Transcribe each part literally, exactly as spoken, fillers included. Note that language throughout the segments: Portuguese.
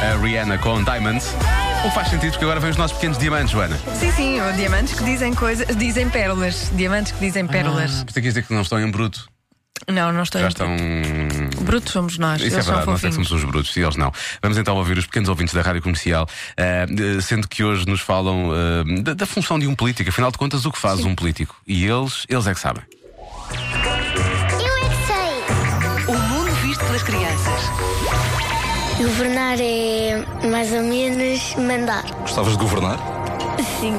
A Rihanna com Diamonds. O que faz sentido porque agora vem os nossos pequenos diamantes, Joana. Sim, sim, ou diamantes que dizem coisas, dizem pérolas. Diamantes que dizem pérolas. Ah, por isso é que quer dizer que não estão em bruto. Não, não estou Já em estão. Brutos somos nós. Isso eles é verdade, são nós é que fofinhos. somos os brutos e eles não. Vamos então ouvir os pequenos ouvintes da Rádio Comercial, uh, sendo que hoje nos falam uh, da, da função de um político. Afinal de contas, o que faz Sim. um político? E eles, eles é que sabem. Eu é que sei. O mundo visto pelas crianças. Governar é mais ou menos mandar. Gostavas de governar? Sim.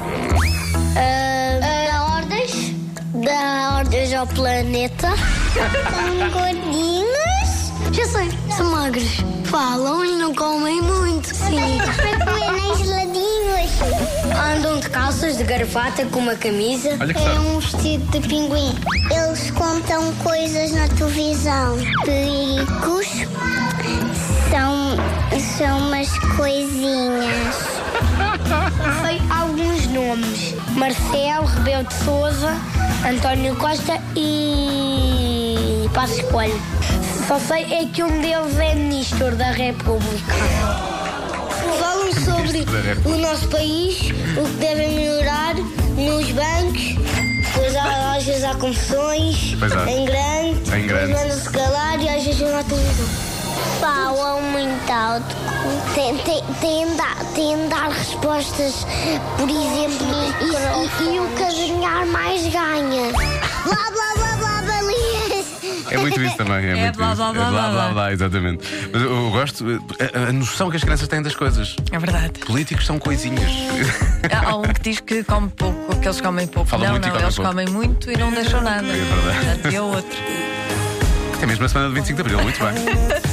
Dar ordens. Dar ordens ao planeta. São gordinhos. Já sei, são magros. Falam e não comem muito. Sim. Para comer nem geladinhos. Andam de calças de gravata com uma camisa. Olha que É sabe. um vestido de pinguim. Eles contam coisas na televisão. Perigos são, são umas coisinhas. Sei alguns nomes: Marcelo Rebelo de Sousa, António Costa e Passos Coelho. Só sei é que um deles é ministro da República. Falam sobre da República. o nosso país, o que devem melhorar nos bancos. Depois há, às vezes há confusões Pois há. em grande, Em grande. depois mandam-se calar e às vezes na televisão. Falam muito alto, têm, têm, têm, de dar, têm de dar respostas, por exemplo, e, e, e o que adivinhar mais ganha. Blá blá blá blá balias. É muito isso também. É, É muito blá, isso. blá, blá, é blá, blá, blá, blá. blá, exatamente. Mas eu, eu gosto, a, a noção que as crianças têm das coisas. É verdade. Políticos são coisinhas. Há um que diz que come pouco, que eles comem pouco. Falam não, muito e não, comem eles pouco. comem muito e não deixam nada. É verdade. Portanto, e o outro. Até mesmo na semana do vinte e cinco de Abril, muito bem.